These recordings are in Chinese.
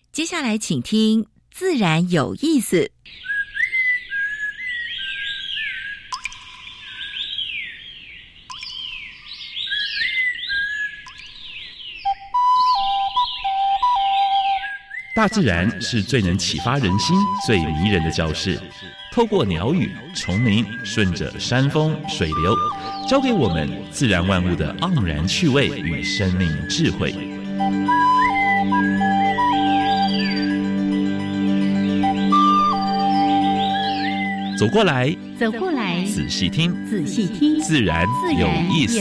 接下来请听自然有意思。 大自然是最能启发人心、最迷人的教室。透过鸟语、虫鸣，顺着山峰、水流，教给我们自然万物的盎然趣味与生命智慧。走过来， 走过来， 仔细听， 仔细听， 自然有意思。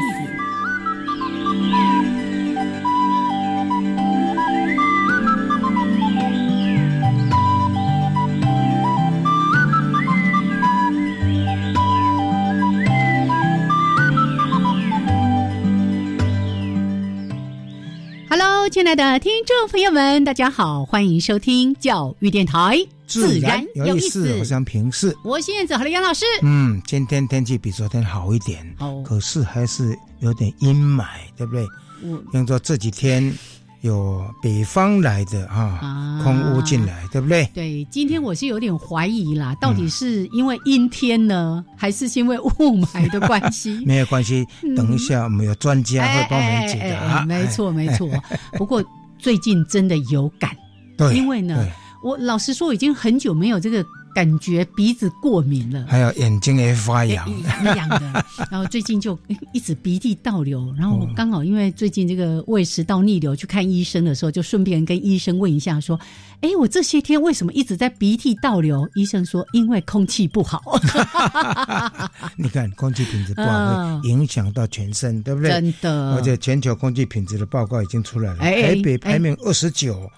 亲爱的听众朋友们，大家好，欢迎收听教育电台自然有意思。我是平视， 我是燕子，好的杨老师。 今天天气比昨天好一点，可是还是有点阴霾，对不对？因为这几天有北方来的空污进来，对不对？ 对，今天我是有点怀疑啦，到底是因为阴天呢，还是因为雾霾的关系？ 没有关系，等一下我们有专家会帮我们解答。 没错没错。不过最近真的有感， 对， 因为呢，我老实说已经很久没有这个感觉鼻子过敏了， 还有眼睛也发痒的，然后最近就一直鼻涕倒流，然后刚好因为最近这个胃食道逆流去看医生的时候，就顺便跟医生问一下说，我这些天为什么一直在鼻涕倒流？医生说因为空气不好。 你看空气品质不好会影响到全身，对不对？ 真的。 而且全球空气品质的报告已经出来了，台北排名29。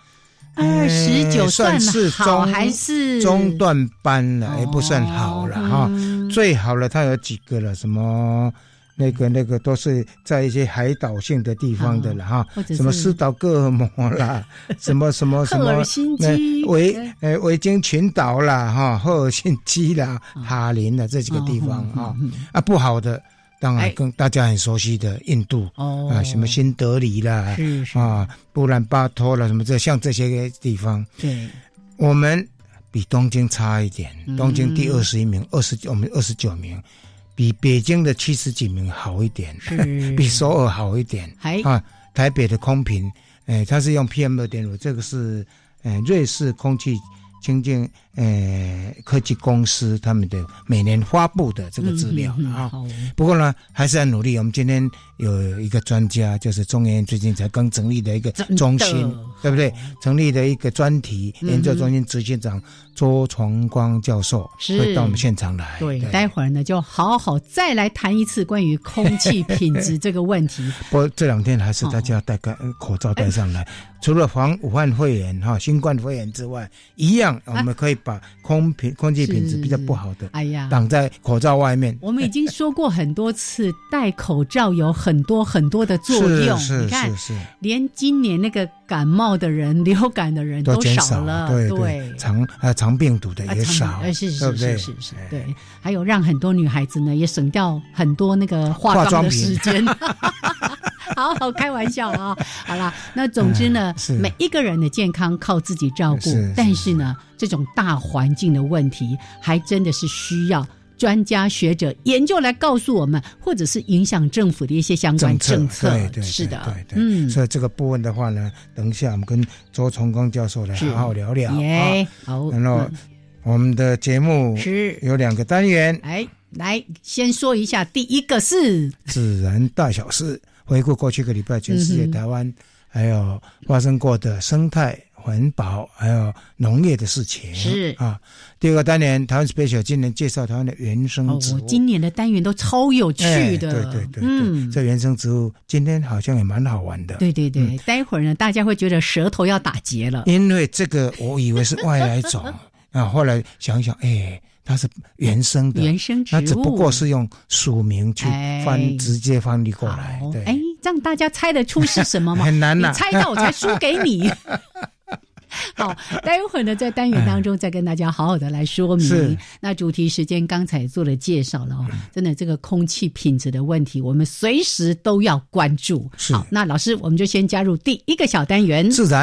29算是好还是中段班了，也不算好了最好了它有几个了，什么那个都是在一些海岛性的地方的了什么斯岛哥尔摩啦，什么赫尔辛基维京群岛啦赫尔辛基啦哈林啦这几个地方不好的当然跟大家很熟悉的印度什么新德里啦布兰巴托啦什么像这些地方， 对， 我们比东京差一点，东京第21名我们29名，比北京的70几名好一点，比首尔好一点台北的空品它是用 PM2.5， 这个是瑞士空气清净科技公司他们的每年发布的这个资料不过呢还是要努力。我们今天有一个专家，就是中研院最近才刚成立的一个中心，对不对？成立的一个专题研究中心执行长周崇光教授会到我们现场来。 对，待会儿呢就好好再来谈一次关于空气品质这个问题。 不过这2天还是大家戴口罩戴上来，除了防武汉肺炎新冠肺炎之外，一样我们可以把空气品质比较不好的挡在口罩外面。 我们已经说过很多次，戴口罩有很多很多的作用。你看连今年那个感冒的人、流感的人都少了，对， 肠病毒的也少， 是，对，还有让很多女孩子呢也省掉很多那个化妆的时间。好开玩笑好啦，那总之呢每一个人的健康靠自己照顾，但是呢这种大环境的问题还真的是需要专家学者研究来告诉我们，或者是影响政府的一些相关政策。 对， 是的， 对。所以这个部分的话呢，等一下我们跟周崇光教授来好好聊聊。 好， 然后我们的节目有2个单元， 来先说一下，第一个是自然大小事，回顾过去个礼拜全世界台湾还有发生过的生态环保还有农业的事情第2个单元台湾 Special 今年介绍台湾的原生植物今年的单元都超有趣的对这原生植物今天好像也蛮好玩的。 对，待会儿呢大家会觉得舌头要打结了， 因为这个我以为是外来种后来想一想它是原生的原生植物， 那只不过是用属名去直接翻译过来。对， 这样大家猜得出是什么吗？ 很难你猜到我才输给你。好，待会儿呢在单元当中再跟大家好好的来说明。那主题时间刚才做了介绍了真的这个空气品质的问题我们随时都要关注。好，那老师我们就先加入第1个小单元， 自然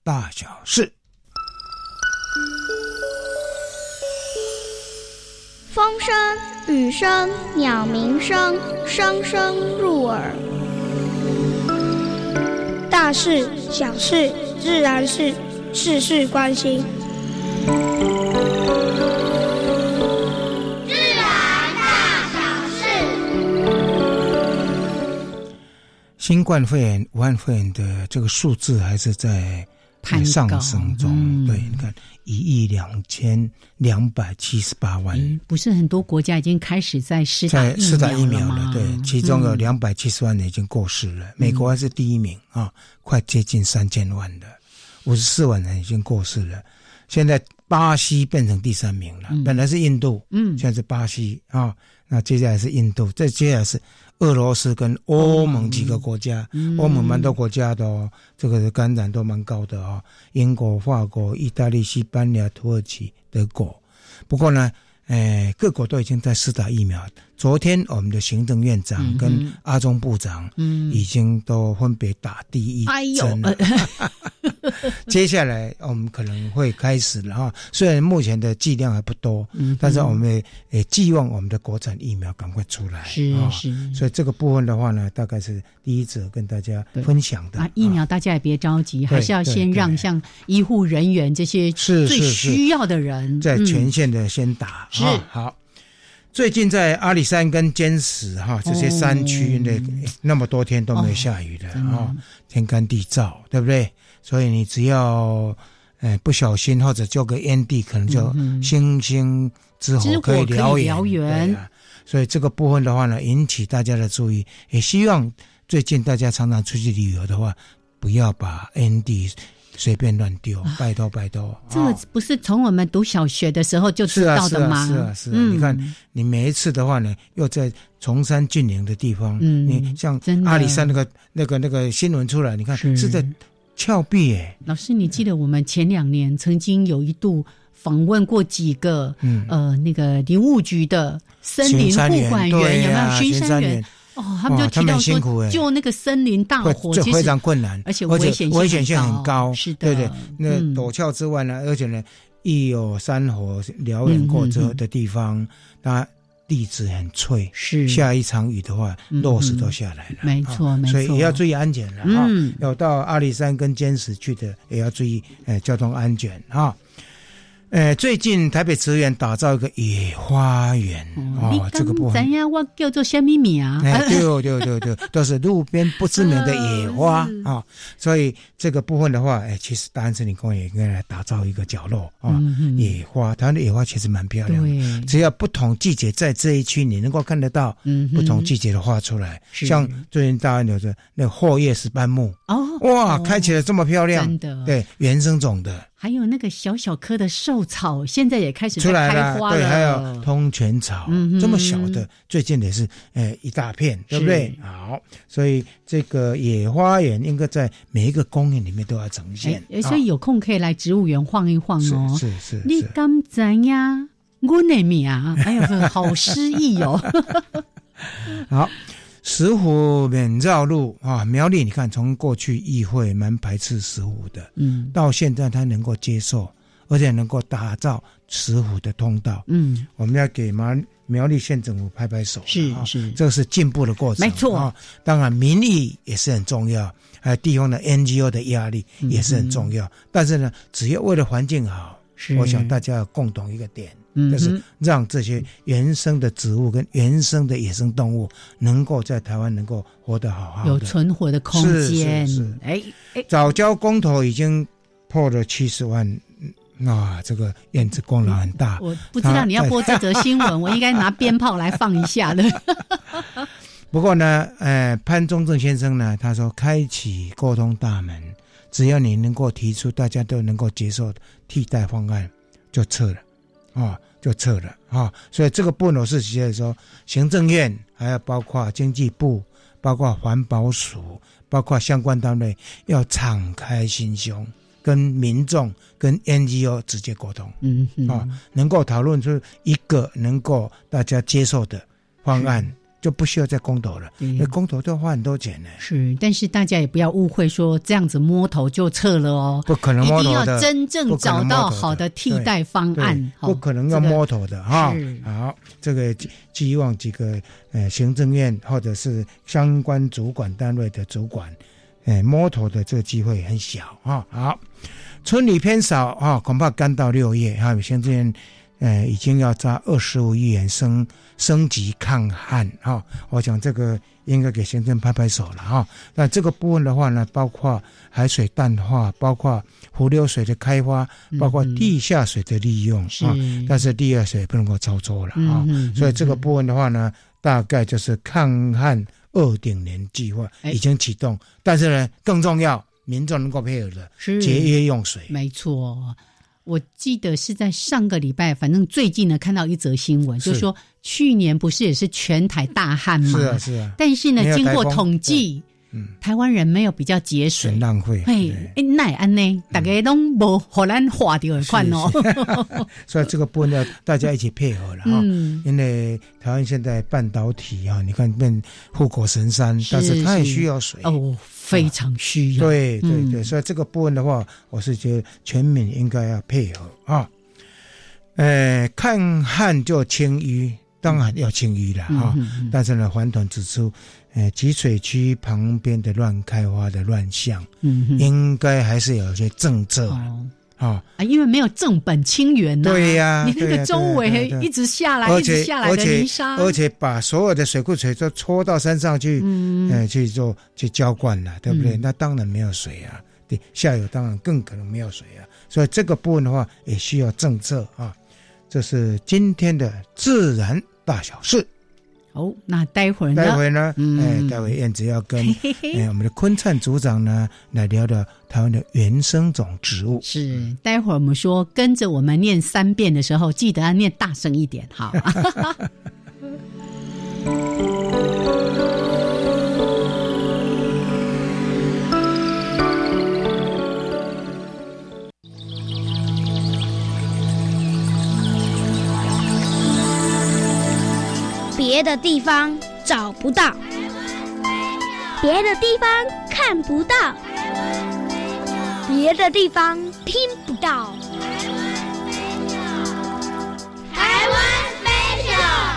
大小事。 风声、雨声、鸟鸣声，声声入耳。大事、小事、自然事，事事关心。自然大小事。 新冠肺炎、武汉肺炎的这个数字还是在上升中，对，你看12278万， 不是很多国家已经开始在施打疫苗了， 对，其中有270万人已经过世了，美国还是第一名啊，快接近3000万了，54万人已经过世了，现在巴西变成第3名了，本来是印度，现在是巴西啊，那接下来是印度，再接下来是俄罗斯跟欧盟几个国家，欧盟蛮多国家的哦，这个感染都蛮高的哦，英国、法国、意大利、西班牙、土耳其、德国。不过呢，各国都已经在施打疫苗。昨天我们的行政院长跟阿中部长，已经都分别打第一针了。接下来我们可能会开始了哈，虽然目前的剂量还不多，但是我们也寄望我们的国产疫苗赶快出来。 是， 所以这个部分的话呢，大概是第一则跟大家分享的。 疫苗大家也别着急，还是要先让像医护人员这些最需要的人在前线的先打。 是好。最近在阿里山跟尖石这些山区那么多天都没有下雨的天干地燥，对不对？所以你只要不小心或者浇个烟蒂，可能就星星之火可以燎原。所以这个部分的话呢，引起大家的注意，也希望最近大家常常出去旅游的话，不要把烟蒂随便乱丢，拜托。 这个不是从我们读小学的时候就知道的吗？ 是啊。你看，你每一次的话呢，又在崇山峻岭的地方，你像阿里山那个新闻出来，你看是在峭壁耶。 老师，你记得我们前2年曾经有一度访问过几个那个林务局的森林护管员，有没有巡山员？他们就提到说，就那个森林大火， 其实非常困难， 而且危险性很高。 是的， 对对。那陡峭之外呢，而且呢，一有山火燎原过之后的地方，它地质很脆， 是下一场雨的话，落石都下来了。 没错， 所以也要注意安全了要到阿里山跟尖石去的，也要注意交通安全最近台北慈园打造一个野花园这个部分怎样？我叫做什么名啊？ 对，都是路边不知名的野花所以这个部分的话，其实大安森林公园也应该来打造一个角落野花，台湾的野花其实蛮漂亮的，只要不同季节在这一区你能够看得到不同季节的花出来，像最近大安有的那个霍叶石斑木哇，开起来这么漂亮， 真的， 对，原生种的。 还有那个小小棵的寿草，现在也开始在开花了。 对，还有通泉草，这么小的，最近也是一大片，对不对？好，所以这个野花园应该在每一个公园里面都要呈现。 所以有空可以来植物园晃一晃哦。 是。 你敢知呀？我的名，哎呀，好诗意哦。 好。石虎免绕路苗栗你看从过去议会蛮排斥石虎的，到现在他能够接受，而且能够打造石虎的通道，我们要给苗栗县政府拍拍手， 是， 这个是进步的过程， 没错当然民意也是很重要，还有地方的 NGO 的压力也是很重要，但是呢，只要为了环境好，我想大家要共同一个点。就是让这些原生的植物跟原生的野生动物能够在台湾能够活得好好的， 有存活的空间。 是藻礁公投已经破了70万，这个燕子功劳很大。 我不知道你要播这则新闻，我应该拿鞭炮来放一下的。 不过呢，潘忠正先生呢，他说开启沟通大门，只要你能够提出大家都能够接受的替代方案，就撤了。所以这个部分我是觉得说，行政院还要包括经济部、包括环保署、包括相关单位，要敞开心胸，跟民众、跟 NGO 直接沟通，能够讨论出一个能够大家接受的方案， 就不需要再公投了，因为公投都要花很多钱呢。 是，但是大家也不要误会说这样子摸头就撤了哦， 不可能摸头的， 一定要真正找到好的替代方案， 不可能要摸头的哈。好，这个希望几个行政院或者是相关主管单位的主管，摸头的这个机会很小啊。好，春雨偏少啊，恐怕干到6月哈，行政院已经要砸25亿元升级抗旱哈，我想这个应该给行政拍拍手了哈。那这个部分的话呢，包括海水淡化，包括湖流水的开发，包括地下水的利用啊，但是地下水不能够超作了啊，所以这个部分的话呢，大概就是抗旱2.0计划已经启动，但是呢，更重要，民众能够配合的节约用水， 没错。我记得是在上个礼拜，反正最近呢看到一则新闻，就是说去年不是也是全台大旱吗？ 是啊。 但是呢，经过统计，台湾人没有比较节水， 很浪费。 那也安呢，大家都没荷兰花掉的款哦。 所以这个部分要大家一起配合了哈。因为台湾现在半导体啊，你看变护国神山，但是它也需要水哦。非常需要， 对，所以这个部分的话，我是觉得全民应该要配合啊。抗旱就清淤，当然要清淤了哈。但是呢，环团指出，集水区旁边的乱开发的乱象，应该还是有些政策。 因为没有正本清源呐， 对呀， 你那个周围一直下来，一直下来的泥沙， 而且把所有的水库水都抽到山上去，去浇灌了，对不对？那当然没有水啊，对，下游当然更可能没有水啊，所以这个部分的话也需要政策啊。这是今天的自然大小事。 那待会呢？ 待会燕子要跟我们的昆灿组长呢来聊聊台湾的原生种植物。 是，待会儿我们说跟着我们念3遍的时候，记得要念大声一点，好。 别的地方找不到，别的地方看不到，别的地方听不到。台湾 Special。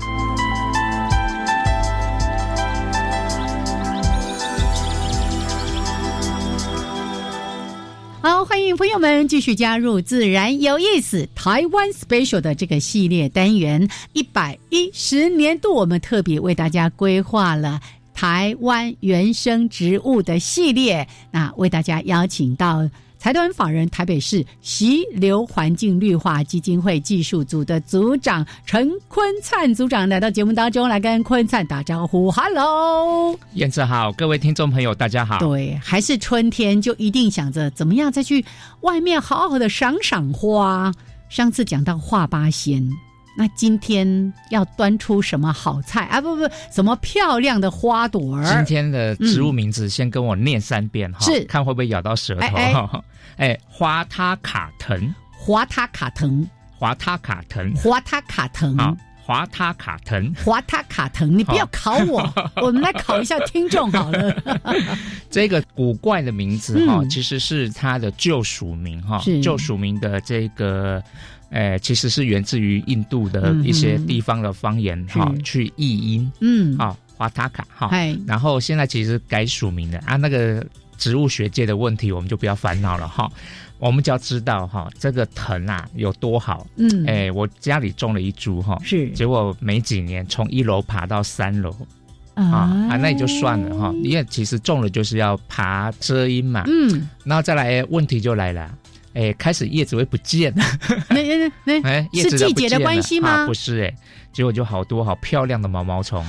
好，欢迎朋友们继续加入自然有意思台湾 Special 的这个系列单元。110年度我们特别为大家规划了台湾原生植物的系列，那为大家邀请到财团法人台北市溪流环境绿化基金会技术组的组长陈坤灿组长来到节目当中，来跟坤灿打招呼。 Hello， 燕子好，各位听众朋友大家好。 对，还是春天就一定想着怎么样再去外面好好的赏赏花。上次讲到画八仙，那今天要端出什么好菜啊？不，什么漂亮的花朵儿？ 今天的植物名字先跟我念3遍哈， 是看会不会咬到舌头。花他卡藤， 花他卡藤， 花他卡藤， 花他卡藤， 华他卡藤， 华他卡藤，你不要考我，我们来考一下听众好了。 这个古怪的名字其实是它的旧属名旧属名的这个。其实是源自于印度的一些地方的方言去译音，华塔卡然后现在其实改属名了啊，那个植物学界的问题我们就不要烦恼了我们就要知道这个藤啊有多好。我家里种了一株是，结果没几年从1楼爬到3楼。那也就算了因为其实种了就是要爬遮阴嘛。然后再来问题就来了。开始叶子会不见了。 是季节的关系吗？ 不是结果就好多好漂亮的毛毛虫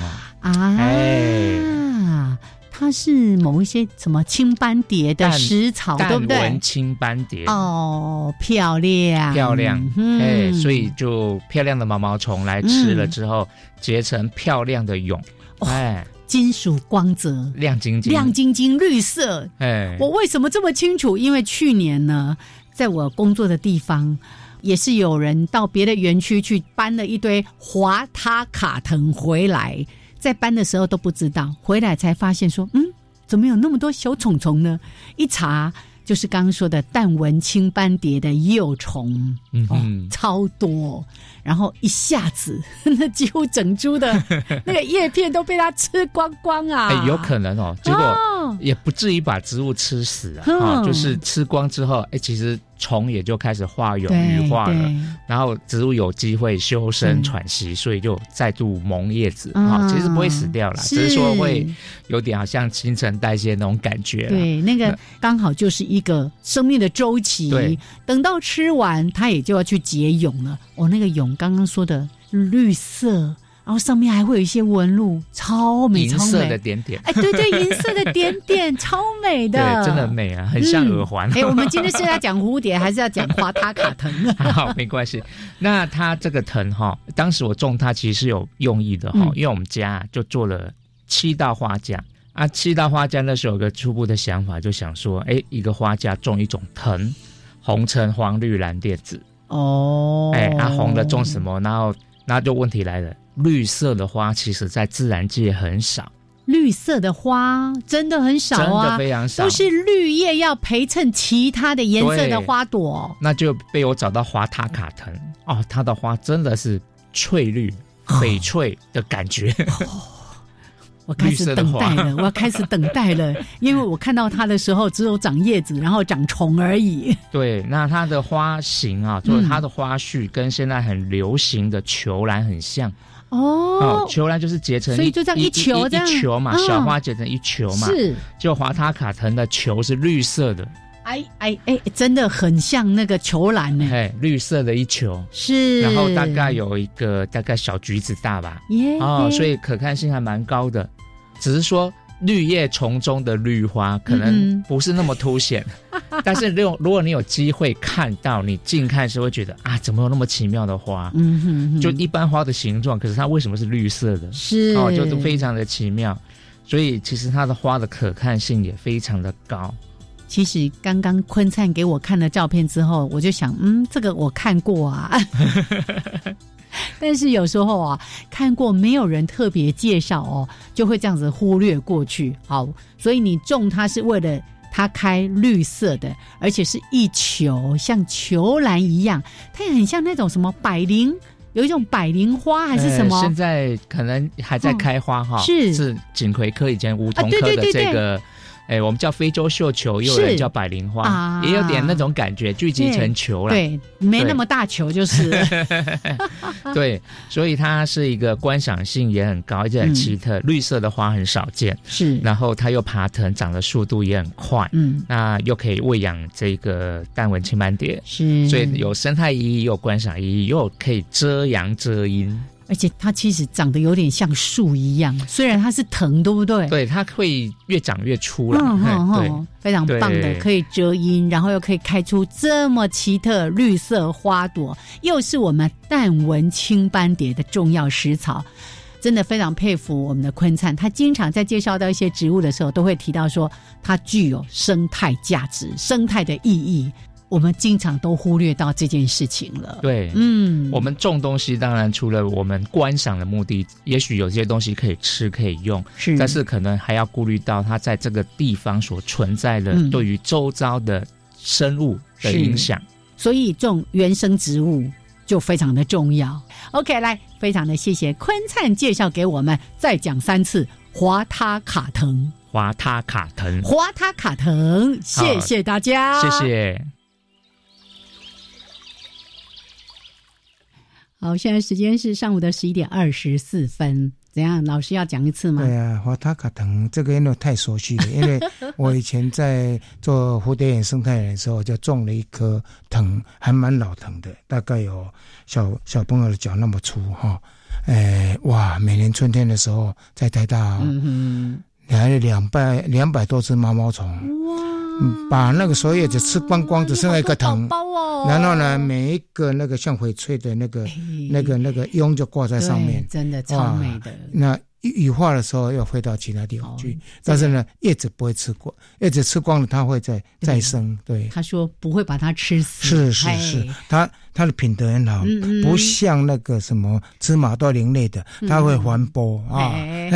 它是某一些什么青斑蝶的食草，对不对？ 淡纹青斑蝶漂亮， 所以就漂亮的毛毛虫来吃了之后，结成漂亮的蛹， 金属光泽， 亮晶晶， 绿色。我为什么这么清楚？因为去年呢，在我工作的地方，也是有人到别的园区去搬了一堆华他卡藤回来。 在搬的时候都不知道，回来才发现说怎么有那么多小虫虫呢？一查就是刚刚说的淡纹青斑蝶的幼虫，超多，然后一下子那几乎整株的那个叶片都被它吃光光啊！ 有可能结果也不至于把植物吃死啊，就是吃光之后，其实虫也就开始化蛹羽化了，然后植物有机会修身喘息，所以就再度萌叶子其实不会死掉啦，只是说会有点好像新陈代谢那种感觉。 对，那个刚好就是一个生命的周期，对，等到吃完它也就要去结蛹了。那个蛹刚刚说的绿色，然后上面还会有一些纹路，超美， 银色的点点。 对对，银色的点点，超美的， 对，真的美啊，很像耳环。 我们今天是要讲蝴蝶，还是要讲花塔卡藤？ 好，没关系。那它这个藤当时我种它其实是有用意的因为我们家就做了7道花架啊，7道花架那时候有个初步的想法，就想说，一个花架种一种藤，红橙黄绿蓝靛紫。红的种什么？然后就问题来了，绿色的花其实在自然界很少， 绿色的花真的很少啊， 真的非常少， 都是绿叶要陪衬其他的颜色的花朵。 那就被我找到花塔卡藤它的花真的是翠绿、翡翠的感觉。 我开始等待了，我要开始等待了，因为我看到它的时候只有长叶子，然后长虫而已。 对，那它的花型就是它的花序跟现在很流行的球兰很像。球兰就是结成， 所以就这样一球这样一球嘛，小花结成一球嘛。是，就华塔卡藤的球是绿色的。 真的很像那个球兰呢， 绿色的一球是， 然后大概有一个大概小橘子大吧，所以可看性还蛮高的。只是说绿叶丛中的绿花可能不是那么凸显，但是如果你有机会看到，你近看是会觉得怎么有那么奇妙的花？就一般花的形状，可是它为什么是绿色的？ 是就非常的奇妙，所以其实它的花的可看性也非常的高。 其实刚刚坤灿给我看了照片之后，我就想这个我看过啊。但是有时候看过没有人特别介绍就会这样子忽略过去。好，所以你种它是为了它开绿色的，而且是一球，像球兰一样，它也很像那种什么百灵，有一种百灵花还是什么， 现在可能还在开花是锦葵科以前梧桐科的这个。我们叫非洲绣球，也有人叫百灵花，也有点那种感觉，聚集成球了。 对，没那么大球就是对，所以它是一个观赏性也很高，而且很奇特。绿色的花很少见， 是， 然后它又爬藤，长的速度也很快，那又可以喂养这个淡纹青斑蝶， 是， 所以有生态意义，又有观赏意义，又可以遮阳遮阴。 而且它其实长得有点像树一样，虽然它是藤，对不对？ 对，它会越长越粗了。对， 非常棒的，可以遮阴，然后又可以开出这么奇特绿色花朵，又是我们淡纹青斑蝶的重要食草。真的非常佩服我们的坤灿，他经常在介绍到一些植物的时候，都会提到说它具有生态价值、生态的意义。我们经常都忽略到这件事情了。 对，我们种东西当然除了我们观赏的目的，也许有些东西可以吃可以用，但是可能还要顾虑到它在这个地方所存在的对于周遭的生物的影响。 所以种原生植物就非常的重要。OK， 来，非常的谢谢坤灿介绍给我们，再讲3次华塔卡藤， 华塔卡藤， 华塔卡藤，谢谢大家， 谢谢。 好，现在时间是上午的11点24分。怎样？老师要讲一次吗？ 对啊，华塔卡藤这个因为太熟悉了，因为我以前在做蝴蝶园生态园的时候，就种了一棵藤，还蛮老藤的，大概有小朋友的脚那么粗哇！每年春天的时候在台大来了200多只毛毛虫。哇！ 把那个所有的吃光光，只剩下一个藤，然后呢，每一个那个像翡翠的那个蛹就挂在上面， 真的超美的。 那羽化的时候要飞到其他地方去，但是呢，叶子不会吃光，叶子吃光了它会再生。对， 他说不会把它吃死。 是，它的品德很好，不像那个什么芝麻豆蛉类的，它会环播啊。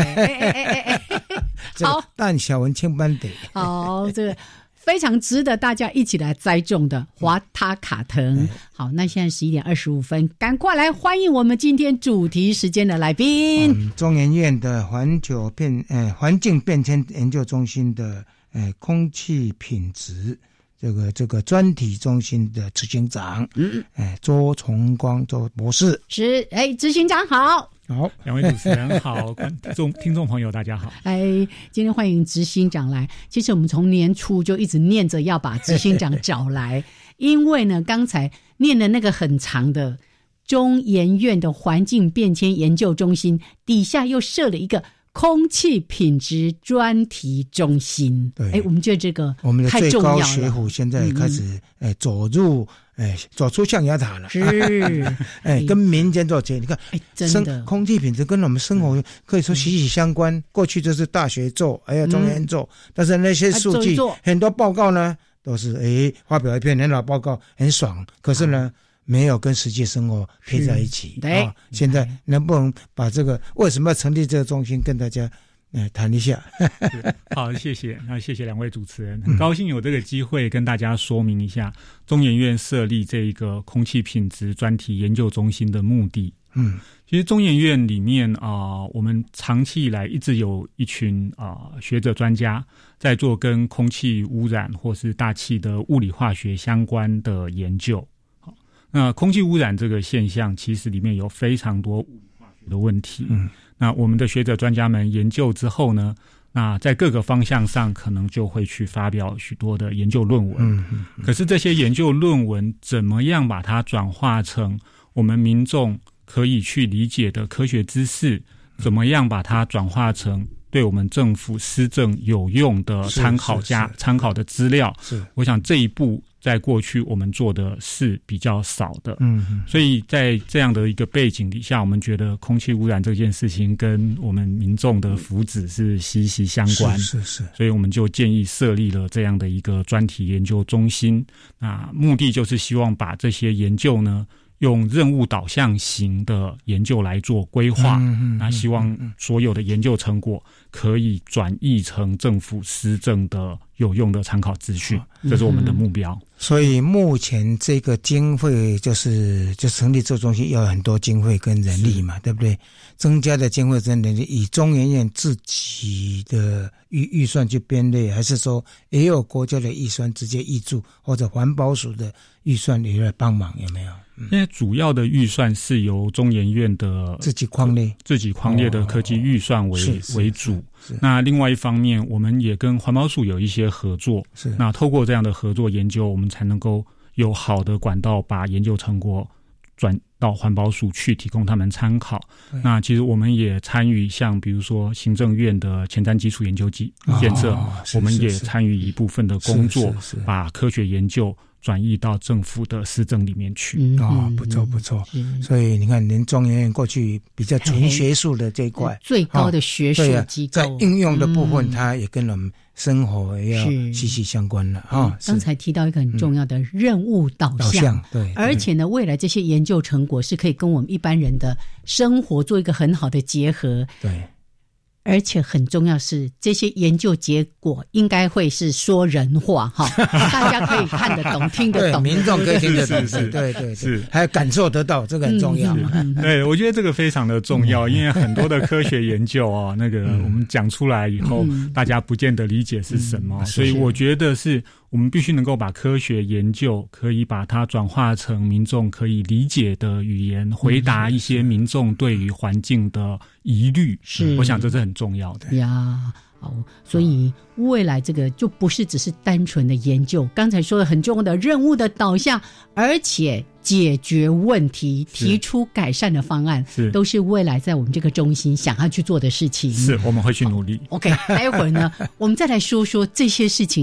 好，但小文千般得。 好，这个。非常值得大家一起来栽种的华塔卡藤。好，那现在11点25分，赶快来欢迎我们今天主题时间的来宾， 中研院的环境变迁研究中心的空气品质这个专题中心的执行长，周崇光周博士。 是，执行长好。 好，两位主持人好，听众朋友大家好。 今天欢迎执行长来。其实我们从年初就一直念着要把执行长找来，因为呢，刚才念的那个很长的中研院的环境变迁研究中心底下又设了一个空气品质专题中心。对，我们觉得这个我们的最高学府现在开始走出象牙塔了， 是跟民间做结，你看， 真的空气品质跟我们生活可以说息息相关。过去就是大学做，还有中研做，但是那些数据很多报告呢，都是发表一篇很好报告，很爽，可是呢，没有跟实际生活配在一起。对，现在能不能把这个为什么要成立这个中心，跟大家谈一下。 好，谢谢。那谢谢两位主持人，很高兴有这个机会跟大家说明一下中研院设立这一个空气品质专题研究中心的目的。其实中研院里面我们长期以来一直有一群学者专家在做跟空气污染或是大气的物理化学相关的研究。那空气污染这个现象，其实里面有非常多物理化学的问题。那我们的学者专家们研究之后呢，那在各个方向上可能就会去发表许多的研究论文。可是这些研究论文怎么样把它转化成我们民众可以去理解的科学知识，怎么样把它转化成对我们政府施政有用的参考的资料。我想这一步在过去我们做的是比较少的。所以在这样的一个背景底下，我们觉得空气污染这件事情跟我们民众的福祉是息息相关。 是， 所以我们就建议设立了这样的一个专题研究中心。那目的就是希望把这些研究呢，用任务导向型的研究来做规划。那希望所有的研究成果可以转译成政府施政的有用的参考资讯，这是我们的目标。 所以目前这个经费就成立这个中心要有很多经费跟人力嘛，对不对？增加的经费跟人力，以中研院自己的预算去编列，还是说也有国家的预算直接挹注，或者环保署的预算也来帮忙，有没有？ 现在主要的预算是由中研院的自己匡列的科技预算为主。那另外一方面，我们也跟环保署有一些合作。那透过这样的合作研究，我们才能够有好的管道把研究成果转到环保署去，提供他们参考。那其实我们也参与像比如说行政院的前瞻基础研究建设，我们也参与一部分的工作，把科学研究转移到政府的施政里面去。不错。所以你看，连中研院过去比较纯学术的这一块， 最高的学术机构， 在应用的部分，它也跟我们生活也要息息相关了刚才提到一个很重要的任务导向， 对， 而且呢，未来这些研究成果是可以跟我们一般人的生活做一个很好的结合。 对。 而且很重要是，这些研究结果应该会是说人话大家可以看得懂、听得懂， 民众可以听得懂，对，还有感受得到，这个很重要。 对，我觉得这个非常的重要，因为很多的科学研究那个我们讲出来以后，大家不见得理解是什么，所以我觉得是我们必须能够把科学研究可以把它转化成民众可以理解的语言，回答一些民众对于环境的疑虑。我想这是很重要的呀。好，所以未来这个就不是只是单纯的研究，刚才说的很重要的任务的导向，而且解决问题、提出改善的方案，都是未来在我们这个中心想要去做的事情。 是，我们会去努力。 OK， 待会儿呢，我们再来说说这些事情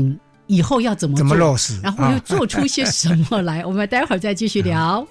以后要怎么落实， 然后又做出些什么来，我们待会儿再继续聊。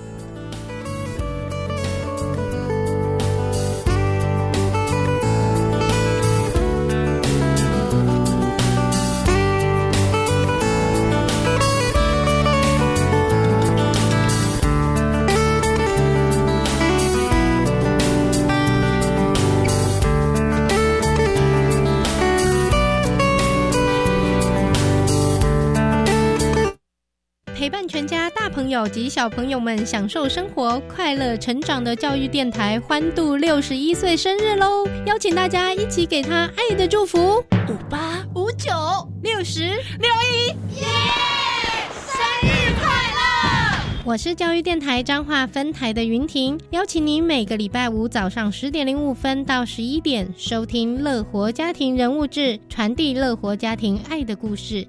陪伴全家大朋友及小朋友们享受生活、快乐成长的教育电台欢度61岁生日喽！邀请大家一起给他爱的祝福：58596061，耶！生日快乐！我是教育电台彰化分台的云婷，邀请您每个礼拜五早上10点05分到11点收听乐活家庭人物志，传递乐活家庭爱的故事。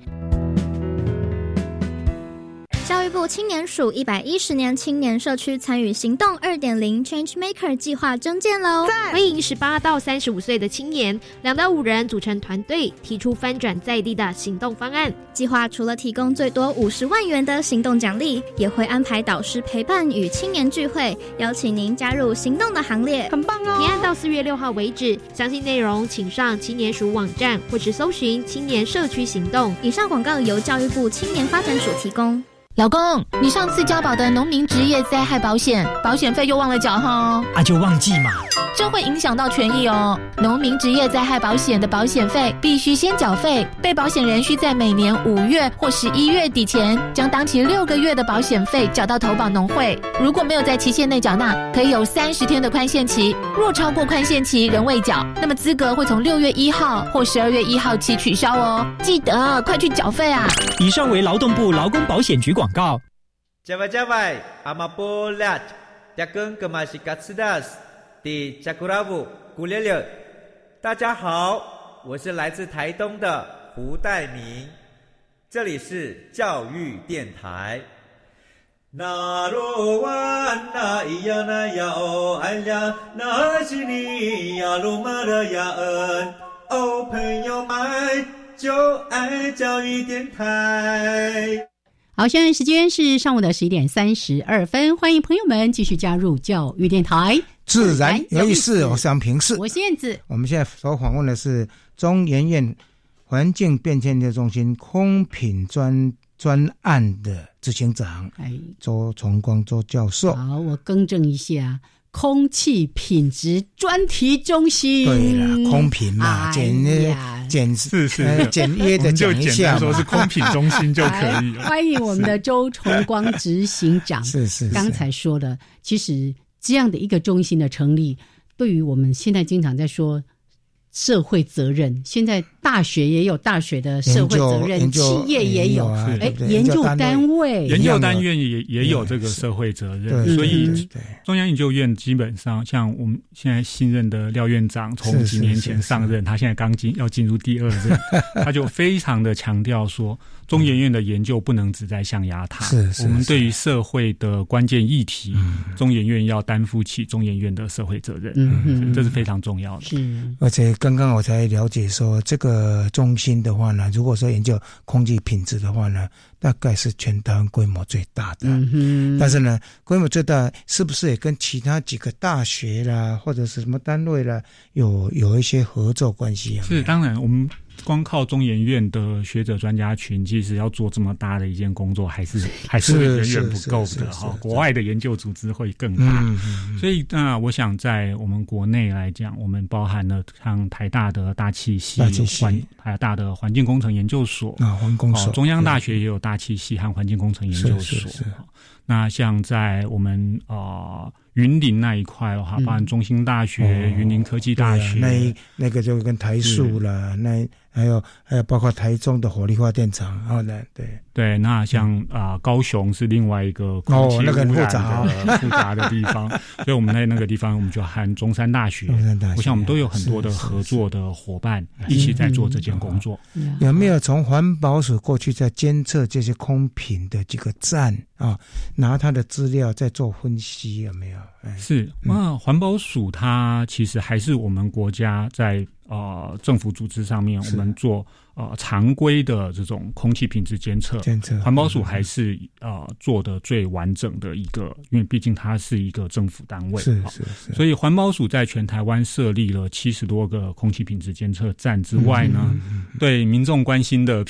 教育部青年署110年青年社区参与行动 2.0 Changemaker 计划征件咯， 欢迎18到35岁的青年2到5人组成团队，提出翻转在地的行动方案。 计划除了提供最多50万元的行动奖励，也会安排导师陪伴与青年聚会，邀请您加入行动的行列， 很棒哦！提案到4月6号为止，详细内容请上青年署网站或是搜寻青年社区行动。 以上广告由教育部青年发展署提供。 老公，你上次交保的农民职业灾害保险，保险费又忘了缴哈？ 就忘记嘛。 这会影响到权益哦。农民职业灾害保险的保险费必须先缴费，被保险人需在每年5月或11月底前，将当期6个月的保险费缴到投保农会。如果没有在期限内缴纳，可以有30天的宽限期。若超过宽限期仍未缴，那么资格会从6月1号或12月1号起取消哦。记得快去缴费啊！ 以上为劳动部劳工保险局广告。 Jawai, amapolat, dagang kemasigatsidas di Jakuravu Gulele。大家好，我是来自台东的胡代明，这里是教育电台。那罗哇那咿呀那呀哦哎呀，那是你呀鲁玛的呀恩哦，朋友们就爱教育电台。 好，现在时间是上午的11点32分，欢迎朋友们继续加入教育电台自然有意思。我是杨平世， 我是燕子。 我们现在所访问的是中研院环境变迁研究中心空品专案的执行长周崇光周教授。 好，我更正一下，空气品质专题中心。 对了，空品嘛，简约的讲一下， 说是空品中心就可以了。 欢迎我们的周崇光执行长。 是刚才说的，其实这样的一个中心的成立，对于我们现在经常在说社会责任，现在大学也有大学的社会责任，企业也有，研究单位也有这个社会责任，所以中央研究院基本上像我们现在新任的廖院长，从几年前上任，他现在刚要进入第2任，他就非常的强调说，中研院的研究不能只在象牙塔，我们对于社会的关键议题，中研院要担负起中研院的社会责任，这是非常重要的。 而且刚刚我才了解说，这个中心的话呢，如果说研究空气品质的话呢，大概是全台湾规模最大的。但是呢，规模最大是不是也跟其他几个大学啦，或者是什么单位啦，有一些合作关系啊？ 是，当然我们光靠中研院的学者专家群，其实要做这么大的一件工作，还是远远不够的哈。国外的研究组织会更大，所以我想在我们国内来讲，我们包含了像台大的大气系、台大的环境工程研究所中央大学也有大气系和环境工程研究所。那像在我们云林那一块的话，包含中兴大学、云林科技大学， 那个就跟台塑啦，那还有包括台中的火力发电厂， 对，那像高雄是另外一个空气污染的复杂的地方，所以我们在那个地方，我们就和中山大学，我想我们都有很多的合作的伙伴一起在做这件工作。 有没有从环保署过去在监测这些空品的几个站拿它的资料再做分析？有没有？ 是，环保署它其实还是我们国家在政府组织上面，我们做常规的这种空气品质监测，环保署还是做的最完整的一个，因为毕竟它是一个政府单位，是，所以环保署在全台湾设立了70多个空气品质监测站之外呢，对民众关心的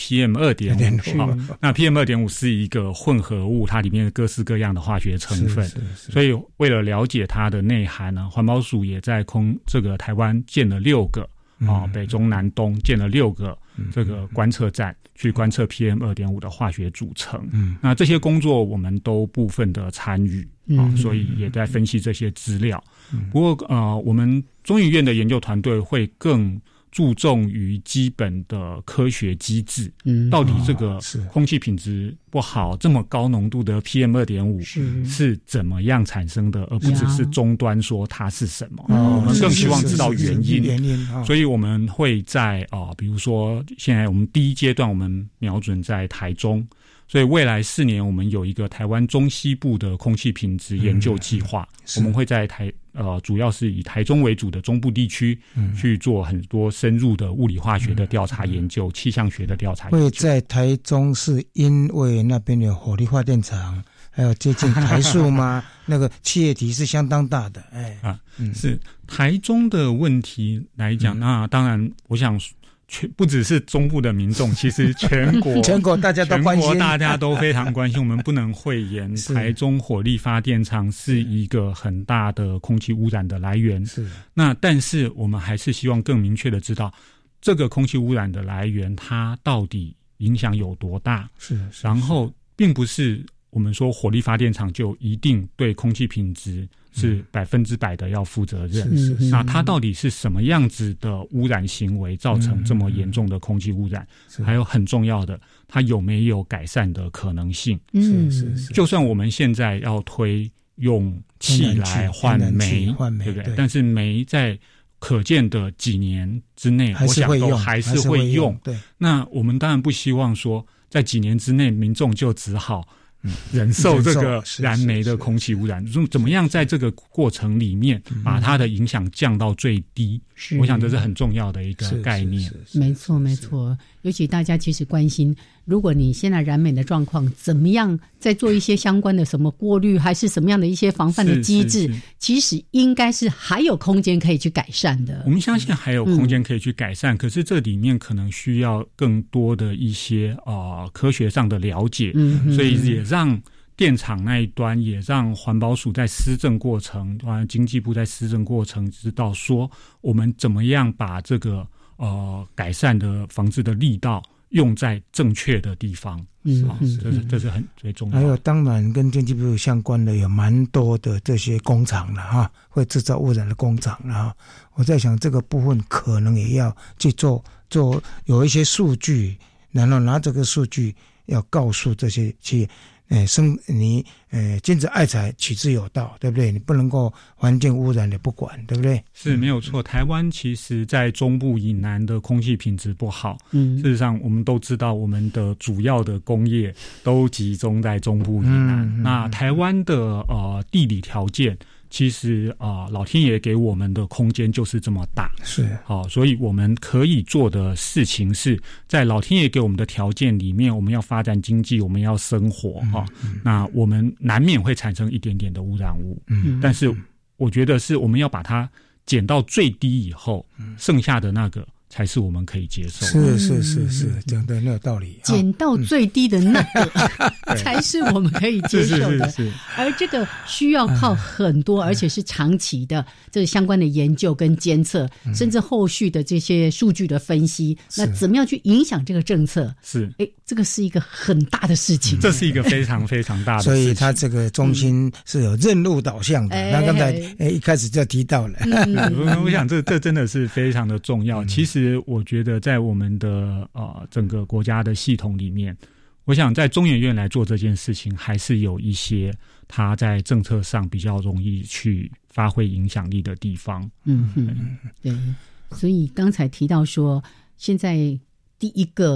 PM2.5，那 PM2.5 是一个混合物，它里面各式各样的化学成分，所以为了了解它的内涵呢，环保署也在这个台湾建了6个。北中南东建了6个这个观测站，去观测 PM2.5 的化学组成。那这些工作我们都部分的参与，所以也在分析这些资料。不过我们中研院的研究团队会更注重于基本的科学机制，到底这个空气品质不好，这么高浓度的 PM2.5 是怎么样产生的，而不只是终端说它是什么。我们更希望知道原因，所以我们会在比如说现在我们第一阶段我们瞄准在台中，所以未来4年我们有一个台湾中西部的空气品质研究计划，我们会在主要是以台中为主的中部地区去做很多深入的物理化学的调查研究、气象学的调查研究。 会在台中是因为那边有火力发电厂，还有接近台塑吗？那个气液体是相当大的。 是台中的问题来讲，那当然我想不只是中部的民众，其实全国大家都关心，全国大家都非常关心。我们不能讳言，台中火力发电厂是一个很大的空气污染的来源。那但是我们还是希望更明确的知道，这个空气污染的来源它到底影响有多大。然后并不是我们说火力发电厂就一定对空气品质是100%的要负责任。那它到底是什么样子的污染行为造成这么严重的空气污染？还有很重要的，它有没有改善的可能性？就算我们现在要推用气来换煤，对不对？但是煤在可见的几年之内，我想都还是会用。那我们当然不希望说，在几年之内民众就只好忍受这个燃煤的空气污染，怎么样在这个过程里面把它的影响降到最低？我想这是很重要的一个概念。 没错没错，尤其大家其实关心，如果你现在燃煤的状况怎么样，再做一些相关的什么过滤，还是什么样的一些防范的机制，其实应该是还有空间可以去改善的。 我们相信还有空间可以去改善，可是这里面可能需要更多的一些科学上的了解，所以也让电厂那一端，也让环保署在施政过程，经济部在施政过程知道说我们怎么样把这个改善的防治的力道用在正确的地方。这是很最重要的。 还有当然跟经济部相关的有蛮多的这些工厂了会制造污染的工厂了我在想这个部分可能也要去做有一些数据，然后拿这个数据要告诉这些企业你君子爱财，取之有道，对不对？你不能够环境污染的不管，对不对？ 是没有错。台湾其实在中部以南的空气品质不好，事实上我们都知道，我们的主要的工业都集中在中部以南。那台湾的地理条件，其实老天爷给我们的空间就是这么大，所以我们可以做的事情是在老天爷给我们的条件里面，我们要发展经济，我们要生活那我们难免会产生一点点的污染物，但是我觉得是我们要把它减到最低以后，剩下的那个才是我们可以接受的。 是，讲的很有道理。 减到最低的那个才是我们可以接受的。而这个需要靠很多，而且是长期的这相关的研究跟监测，甚至后续的这些数据的分析。那怎么样去影响这个政策？这个是一个很大的事情。 这是一个非常非常大的事情。 所以它这个中心是有任务导向的。那刚才一开始就提到了。 我想这真的是非常的重要。其实我觉得在我们的整个国家的系统里面，我想在中研院来做这件事情，还是有一些它在政策上比较容易去发挥影响力的地方。对。 所以刚才提到说，现在第一个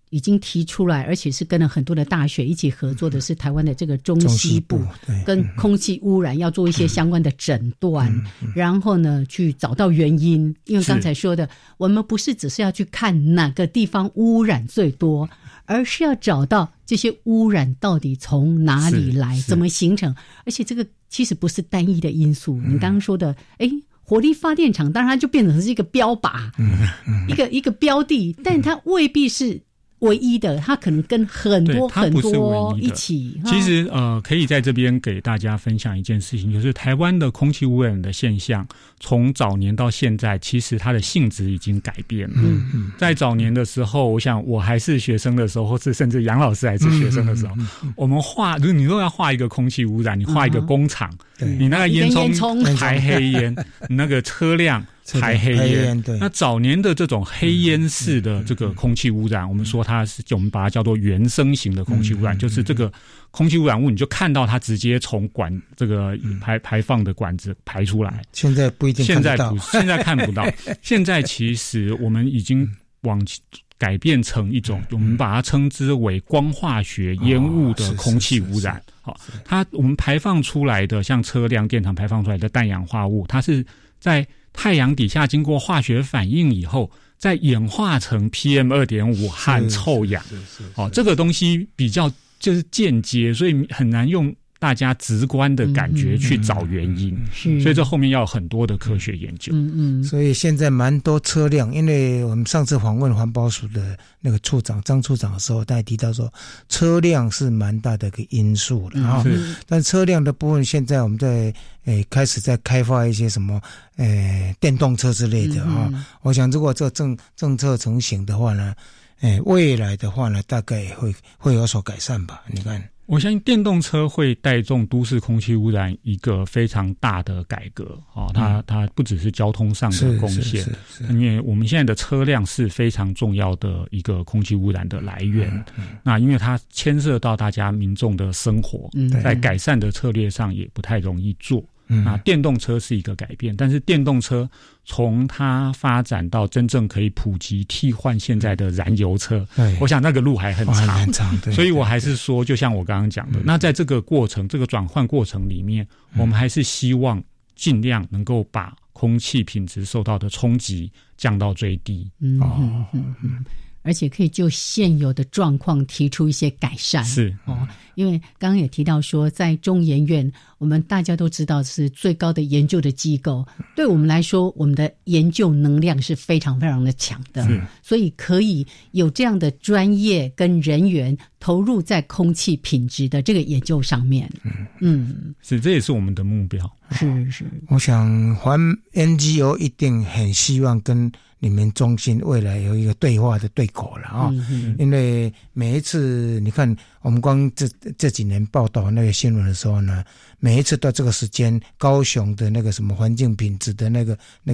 已经提出来，而且是跟了很多的大学一起合作的，是台湾的这个中西部跟空气污染要做一些相关的诊断，然后呢去找到原因。因为刚才说的，我们不是只是要去看哪个地方污染最多，而是要找到这些污染到底从哪里来，怎么形成，而且这个其实不是单一的因素。你刚刚说的火力发电厂当然它就变成是一个标靶，一个标的，但它未必是唯一的，它可能跟很多很多一起。 其实可以在这边给大家分享一件事情，就是台湾的空气污染的现象，从早年到现在，其实它的性质已经改变了。在早年的时候，我想我还是学生的时候，或是甚至杨老师还是学生的时候，我们如果你要画一个空气污染，你画一个工厂，你那个烟囱排黑烟，你那个车辆排黑烟，那早年的这种黑烟式的这个空气污染，我们说我们把它叫做原生型的空气污染，就是这个空气污染物，你就看到它直接从这个排放的管子排出来。 现在不一定看得到， 现在看不到。现在其实我们已经往改变成一种，我们把它称之为光化学烟雾的空气污染。我们排放出来的，像车辆、电厂排放出来的氮氧化物，它是在太阳底下经过化学反应以后，再演化成 PM2.5 和臭氧。这个东西比较就是间接，所以很难用大家直观的感觉去找原因，所以这后面要有很多的科学研究。 所以现在蛮多车辆，因为我们上次访问环保署的那个处长张处长的时候，他也提到说车辆是蛮大的一个因素了但车辆的部分现在我们在开始在开发一些什么电动车之类的我想如果这政策成型的话呢，未来的话呢大概会有所改善吧。你看， 我相信电动车会带动都市空气污染一个非常大的改革它不只是交通上的贡献，因为我们现在的车辆是非常重要的一个空气污染的来源。那因为它牵涉到大家民众的生活，在改善的策略上也不太容易做。那电动车是一个改变，但是电动车从它发展到真正可以普及替换现在的燃油车，我想那个路还很长，所以我还是说，就像我刚刚讲的，那在这个过程，这个转换过程里面，我们还是希望尽量能够把空气品质受到的冲击降到最低。 而且可以就现有的状况提出一些改善。因为刚刚也提到说，在中研院，我们大家都知道是最高的研究的机构，对我们来说，我们的研究能量是非常非常的强的，所以可以有这样的专业跟人员投入在空气品质的这个研究上面。 这也是我们的目标。 是， 我想环 NGO 一定很希望跟你们中心未来有一个对话的对口了因为每一次你看我们光这几年报道那个新闻的时候呢，每一次到这个时间，高雄的那个什么环境品质的那个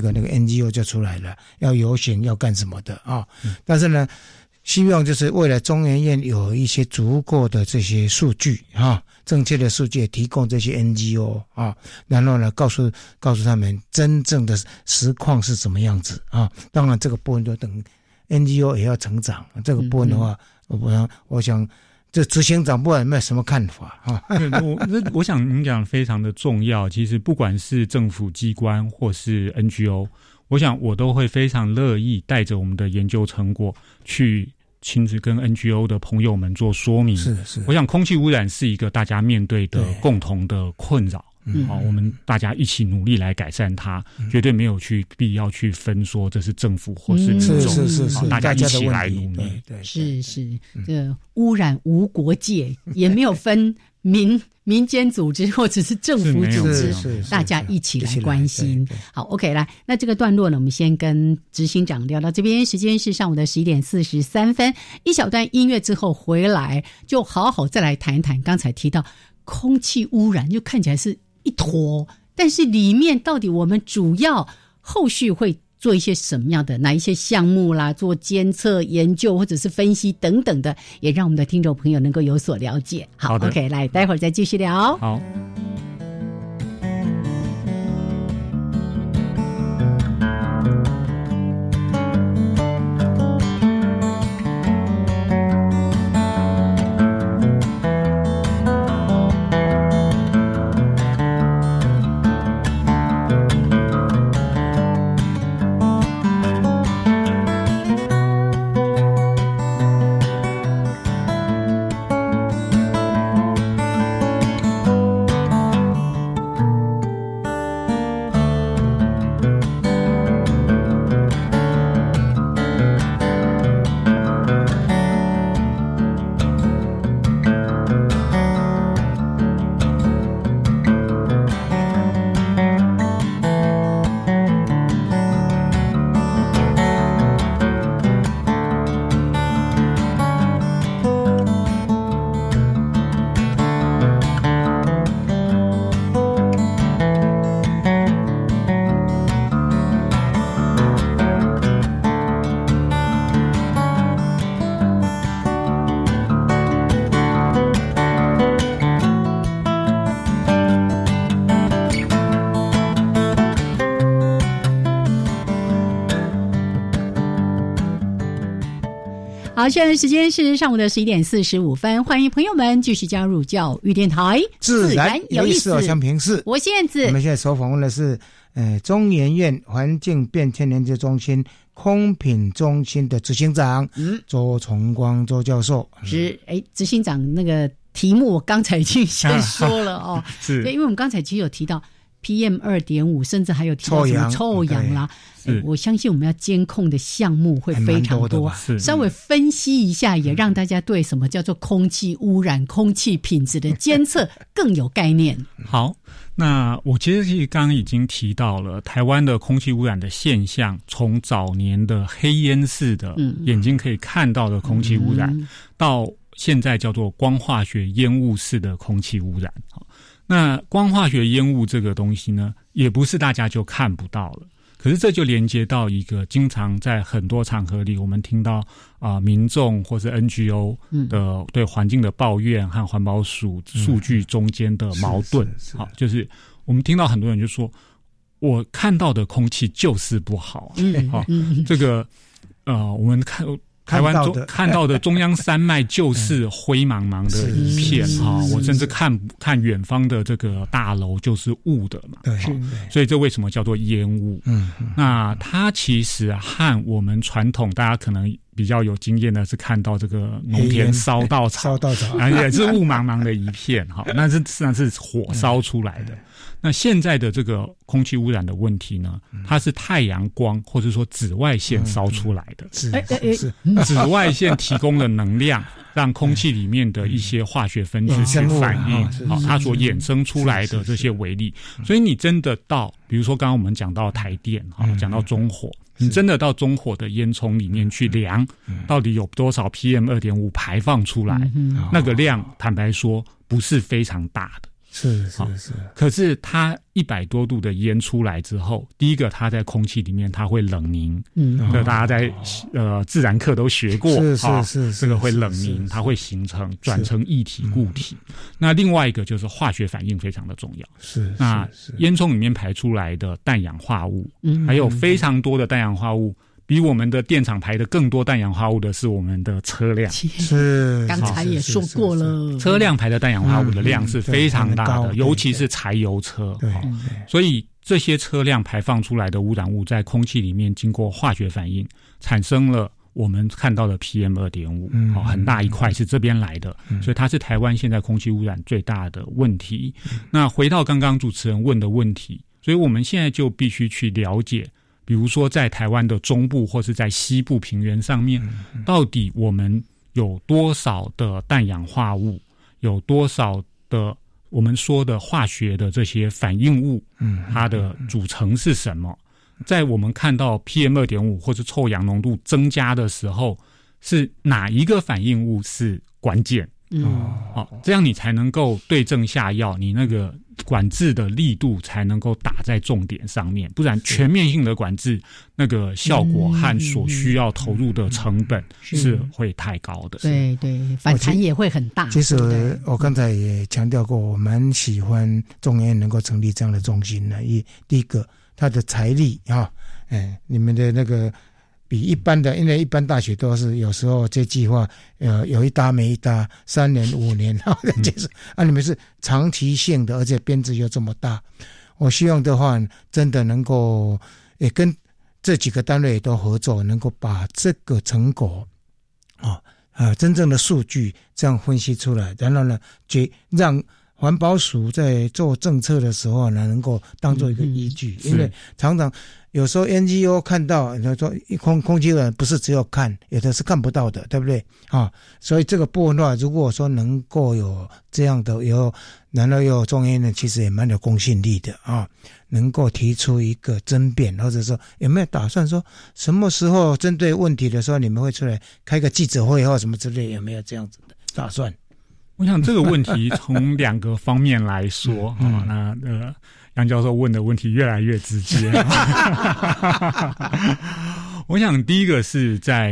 NGO 就出来了，要游行要干什么的但是呢，希望就是未来中研院有一些足够的这些数据正确的数据提供这些 NGO 然后呢告诉他们真正的实况是什么样子当然这个部分就等 NGO 也要成长，这个部分的话我想这执行长不知道有没有什么看法我想您讲非常的重要。其实不管是政府机关或是 NGO， 我想我都会非常乐意带着我们的研究成果去亲自跟 NGO 的朋友们做说明。我想空气污染是一个大家面对的共同的困扰，我们大家一起努力来改善它，绝对没有必要去分说这是政府或是民众，大家一起来努力。 是，这个污染无国界，也没有分民间组织或者是政府组织，大家一起来关心。好 ，OK， 来，那这个段落呢，我们先跟执行长聊到这边，时间是上午的11:43，一小段音乐之后回来，就好好再来谈一谈刚才提到空气污染，就看起来是一坨，但是里面到底我们主要后续会做一些什么样的哪一些项目啦，做监测研究或者是分析等等的，也让我们的听众朋友能够有所了解。好 OK， 来待会儿再继续聊。 好。 好，现在时间是上午的11点45分，欢迎朋友们继续加入教育电台， 自然有意思。我想平视， 我是燕子。 我们现在所访问的是中研院环境变迁研究中心空品中心的执行长周崇光周教授。 执行长那个题目我刚才已经先说了哦， 是， 因为我们刚才其实有提到 PM2.5， 甚至还有提到什么臭氧啦。我相信我们要监控的项目会非常多，稍微分析一下，也让大家对什么叫做空气污染、空气品质的监测更有概念。 好，那我其实刚刚已经提到了台湾的空气污染的现象，从早年的黑烟式的眼睛可以看到的空气污染，到现在叫做光化学烟雾式的空气污染。那光化学烟雾这个东西呢，也不是大家就看不到了。可是这就连接到一个经常在很多场合里我们听到民众或是 NGO 的对环境的抱怨和环保署数据中间的矛盾。好，就是我们听到很多人就说，我看到的空气就是不好。这个我们台湾看到的中央山脉就是灰茫茫的一片我甚至看远方的这个大楼就是雾的嘛，所以这为什么叫做烟雾？那它其实和我们传统大家可能比较有经验的是看到这个农田烧稻草，也是雾茫茫的一片那是实际上是火烧出来的。那现在的这个空气污染的问题呢，它是太阳光或者说紫外线烧出来的。紫外线提供了能量，让空气里面的一些化学分子去反应它所衍生出来的这些微粒。所以你真的到比如说刚刚我们讲到台电讲到中火，你真的到中火的烟囱里面去量到底有多少 PM2.5 排放出来，那个量坦白说不是非常大的。 是， 可是它100多度的烟出来之后，第一个它在空气里面它会冷凝，这大家在自然课都学过，是这个会冷凝，它会形成转成液体固体。那另外一个就是化学反应非常的重要，那烟囱里面排出来的氮氧化物，还有非常多的氮氧化物。比我们的电厂排的更多氮氧化物的是我们的车辆， 刚才也说过了， 车辆排的氮氧化物的量是非常大的，尤其是柴油车。所以这些车辆排放出来的污染物在空气里面经过化学反应，产生了我们看到的 PM2.5，很大一块是这边来的，所以它是台湾现在空气污染最大的问题。那回到刚刚主持人问的问题，所以我们现在就必须去了解，比如说在台湾的中部或是在西部平原上面，到底我们有多少的氮氧化物，有多少的我们说的化学的这些反应物，它的组成是什么？在我们看到 PM2.5 或是臭氧浓度增加的时候，是哪一个反应物是关键？这样你才能够对症下药，你那个管制的力度才能够打在重点上面，不然全面性的管制那个效果和所需要投入的成本是会太高的。 对，反弹也会很大。 其实我刚才也强调过，我蛮喜欢中研院能够成立这样的中心的。第一个，它的财力你们的那个比一般的，因为一般大学都是有时候这计划有一搭没一搭，3年5年然后再结束你们是长期性的，而且编制又这么大。我希望的话真的能够也跟这几个单位也都合作，能够把这个成果真正的数据这样分析出来，然后呢让环保署在做政策的时候呢，能够当做一个依据。因为常常有时候 NGO 看到说空气污染不是只有看，有的是看不到的，对不对所以这个部分的话，如果说能够有这样的然后又有中研院其实也蛮有公信力的能够提出一个争辩，或者说有没有打算说什么时候针对问题的时候你们会出来开个记者会或什么之类，有没有这样子的打算？ 我想这个问题从2个方面来说那杨教授问的问题越来越直接我想第一个是在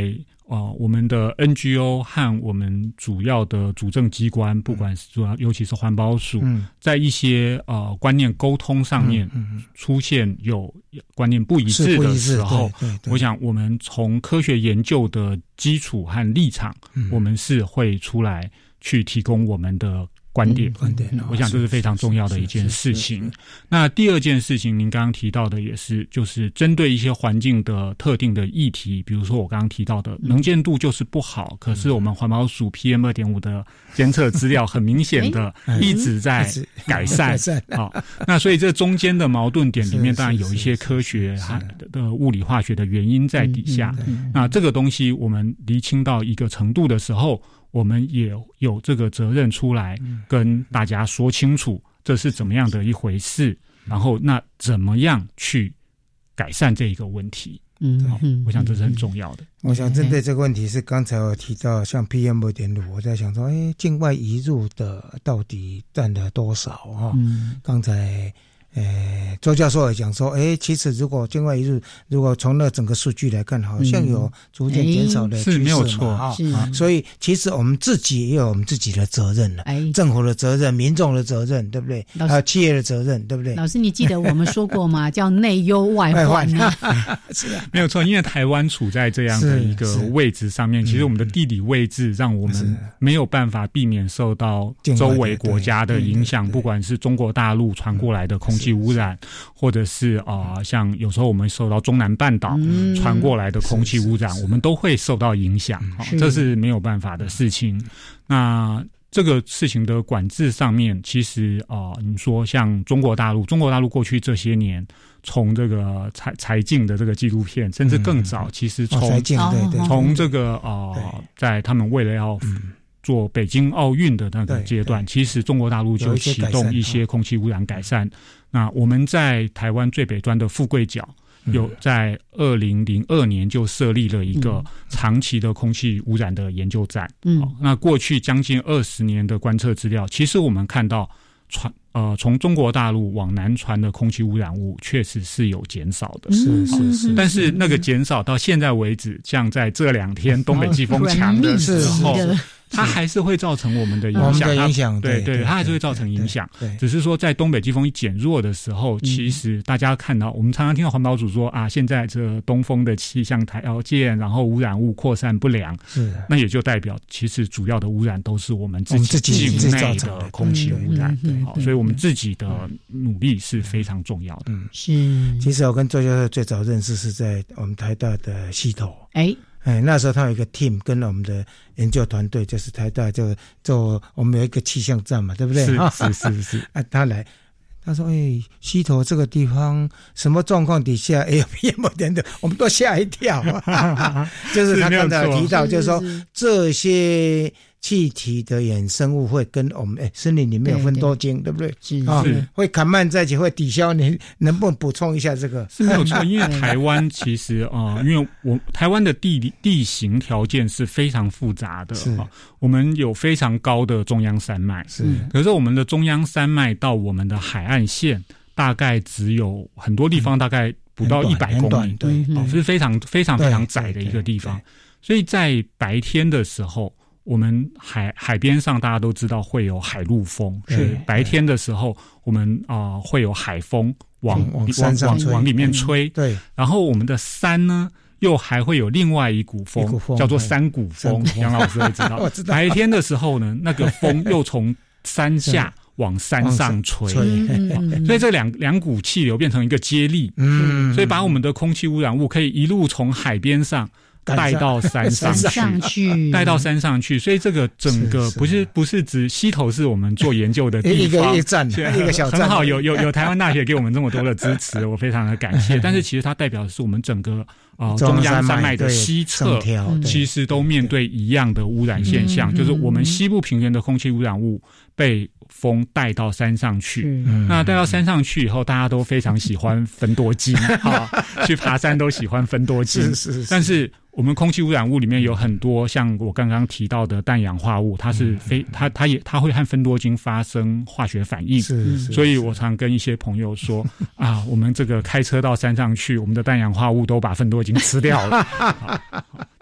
我们的 NGO 和我们主要的主政机关，不管是尤其是环保署，在一些观念沟通上面出现有观念不一致的时候，我想我们从科学研究的基础和立场，我们是会出来去提供我们的观点，我想这是非常重要的一件事情。那第二件事情，您刚刚提到的也是，就是针对一些环境的特定的议题，比如说我刚刚提到的能见度就是不好，可是我们环保署 PM2.5 的监测资料很明显的一直在改善。好，那所以这中间的矛盾点里面，当然有一些科学的物理化学的原因在底下。那这个东西我们厘清到一个程度的时候，我们也有这个责任出来跟大家说清楚这是怎么样的一回事，然后那怎么样去改善这一个问题。我想这是很重要的。 我想针对这个问题是刚才我提到像 PM2.5， 我在想说境外移入的到底占了多少刚才周教授也讲说，其实如果境外移入，如果从那整个数据来看，好像有逐渐减少的趋势嘛， 是没有错所以其实我们自己也有我们自己的责任了，政府的责任、民众的责任，对不对？还有企业的责任，对不对？ 老师，你记得我们说过吗？叫内忧外患是没有错，因为台湾处在这样的一个位置上面，其实我们的地理位置让我们没有办法避免受到周围国家的影响，不管是中国大陆传过来的空气污染，或者是像有时候我们受到中南半岛传过来的空气污染，我们都会受到影响，这是没有办法的事情。那这个事情的管制上面，其实你说像中国大陆过去这些年，从这个柴静的这个纪录片，甚至更早，其实从这个在他们为了要做北京奥运的那个阶段，其实中国大陆就启动一些空气污染改善。那我们在台湾最北端的富贵角，有在2002年就设立了一个长期的空气污染的研究站。那过去将近20年的观测资料，其实我们看到从中国大陆往南传的空气污染物确实是有减少的，是，但是那个减少到现在为止，像在这2天东北季风强的时候，它还是会造成我们的影响，对，它还是会造成影响。只是说在东北季风一减弱的时候，其实大家看到，我们常常听到环保署说现在这东风的气象条件，然后污染物扩散不良，那也就代表其实主要的污染都是我们自己境内的空气污染。所以我们自己的努力是非常重要的。 是， 其实我跟周教授最早认识是在我们台大的溪头。那时候他有一个 team 跟我们的研究团队，就是台大就做我们有一个气象站嘛，对不对？ 是他来，他说溪头这个地方什么状况底下有 PM2.5，我们都吓一跳。就是他刚才提到，就是说这些气体的衍生物会跟我们森林里面有芬多精，对不对？会砍慢在一起，会抵消。你能不能补充一下这个？ 是没有错，因为台湾其实因为台湾的地形条件是非常复杂的，我们有非常高的中央山脉，可是我们的中央山脉到我们的海岸线大概只有很多地方大概不到100公里，对，是非常非常非常窄的一个地方，所以在白天的时候。我们海边上大家都知道会有海陆风，是白天的时候我们会有海风往里面吹，对。然后我们的山呢又还会有另外一股风叫做山谷风，杨老师会知道。白天的时候呢，那个风又从山下往山上吹，所以这两股气流变成一个接力，所以把我们的空气污染物可以一路从海边上带到山上去，带到山上去，所以这个整个不是指溪头是我们做研究的地方，一个小站，很好，有台湾大学给我们这么多的支持，我非常的感谢。但是其实它代表的是我们整个中央山脉的西侧，其实都面对一样的污染现象，就是我们西部平原的空气污染物被风带到山上去，那带到山上去以后，大家都非常喜欢芬多精，去爬山都喜欢芬多精，但是我们空气污染物里面有很多像我刚刚提到的氮氧化物，它是它会和芬多精发生化学反应，所以我常跟一些朋友说我们这个开车到山上去，我们的氮氧化物都把芬多精吃掉了。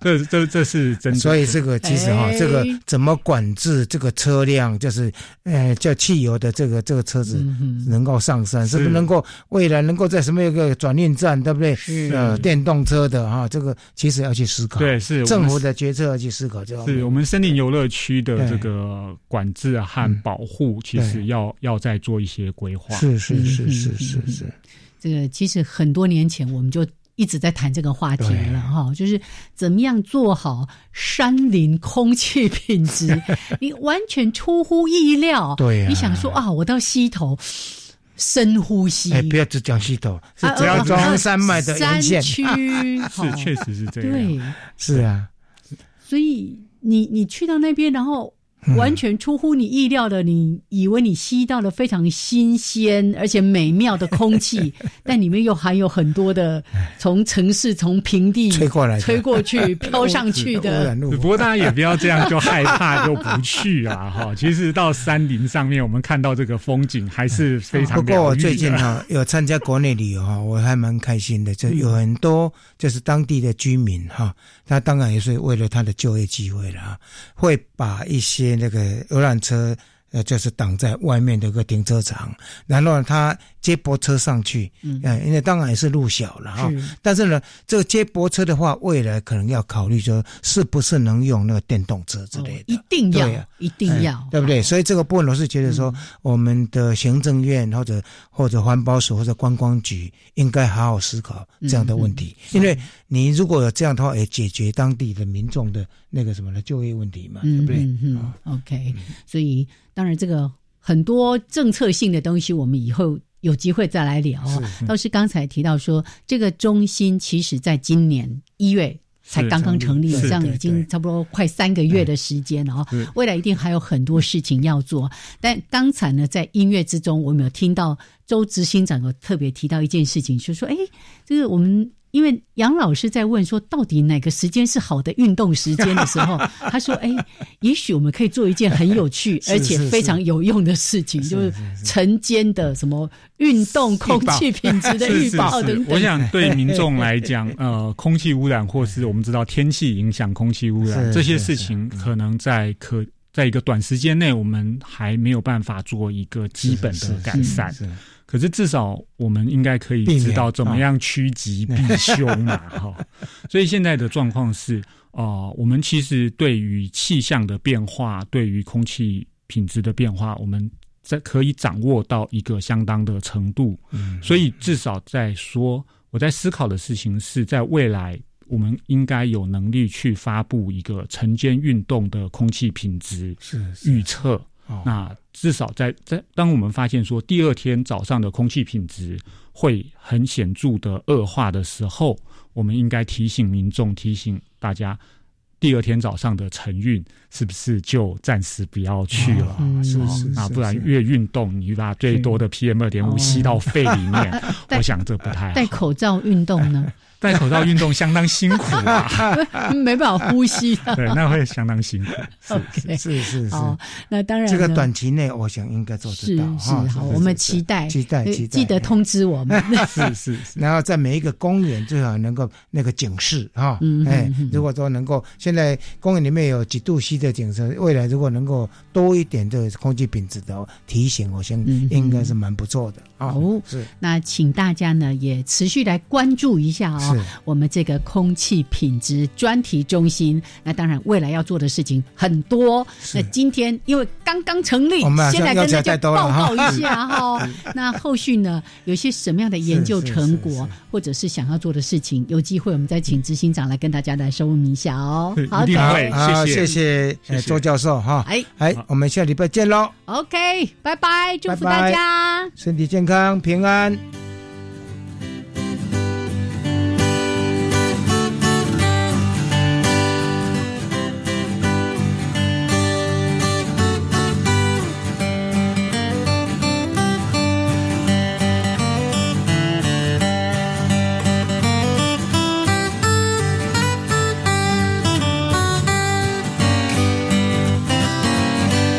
这是真的。 所以这个其实这个怎么管制这个车辆，就是叫汽油的这个车子能够上山，是不是能够未来能够在什么一个转运站，对不对？电动车的这个其实要去思考。 对，是政府的决策要去思考这方面。 是我们森林游乐区的这个管制和保护，其实要再做一些规划。 是。 这个其实很多年前我们就一直在谈这个话题了哈，就是怎么样做好山林空气品质，你完全出乎意料。 对啊， 你想说我到溪头深呼吸， 不要只讲溪头，是只要中山脉的沿线山区， 是确实是这样。 对， 是啊。 所以你去到那边，然后完全出乎你意料的，你以为你吸到了非常新鲜而且美妙的空气，但里面又含有很多的从城市从平地吹过去飘上去的。 不过大家也不要这样就害怕就不去啊其实到山林上面我们看到这个风景还是非常疗愈的。 不过我最近有参加国内旅游我还蛮开心的，就有很多就是当地的居民他当然也是为了他的就业机会了会把一些那个游览车就是挡在外面的一个停车场，然后他接驳车上去，因为当然也是路小了但是呢，这个接驳车的话，未来可能要考虑说是不是能用那个电动车之类的， 一定要， 对不对？所以这个部分我是觉得说，我们的行政院或者环保署或者观光局应该好好思考这样的问题，因为你如果有这样的话，也解决当地的民众的那个什么的就业问题嘛，对不对 ？OK， 所以当然这个很多政策性的东西，我们以后有机会再来聊。倒是刚才提到说，这个中心其实在今年1月才刚刚成立，这样已经差不多快3个月的时间了未来一定还有很多事情要做。但刚才呢，在音乐之中，我们有听到周执行长有特别提到一件事情，就是说，这个我们。因为杨老师在问说到底哪个时间是好的运动时间的时候他说也许我们可以做一件很有趣而且非常有用的事情，就是晨间的什么运动空气品质的预报等等。 我想对民众来讲空气污染或是我们知道天气影响空气污染这些事情可能在一个短时间内我们还没有办法做一个基本的改善，可是至少我们应该可以知道怎么样趋吉避凶嘛所以现在的状况是我们其实对于气象的变化，对于空气品质的变化，我们可以掌握到一个相当的程度所以至少在说我在思考的事情是在未来我们应该有能力去发布一个晨间运动的空气品质预测那至少在当我们发现说第二天早上的空气品质会很显著的恶化的时候，我们应该提醒民众，提醒大家第二天早上的晨运是不是就暂时不要去了那不然越运动你把最多的 PM2.5 吸到肺里面我想这不太好。 戴口罩运动呢戴口罩运动相当辛苦没办法呼吸对，那会相当辛苦 okay 是好，那当然这个短期内我想应该做得到是好，我们期待记得通知我们是然后在每一个公园最好能够那个警示如果说能够现在公园里面有几度 C 的警示，未来如果能够多一点的空气品质的提醒，我想应该是蛮不错的是那请大家呢也持续来关注一下我们这个空气品质专题中心。那当然未来要做的事情很多，那今天因为刚刚成立，现在跟大家报告一下那后续呢有些什么样的研究成果或者是想要做的事情，有机会我们再请执行长来跟大家来说明一下好的， 谢谢周教授我们下礼拜见咯 OK 拜拜，祝福大家身体健康平安。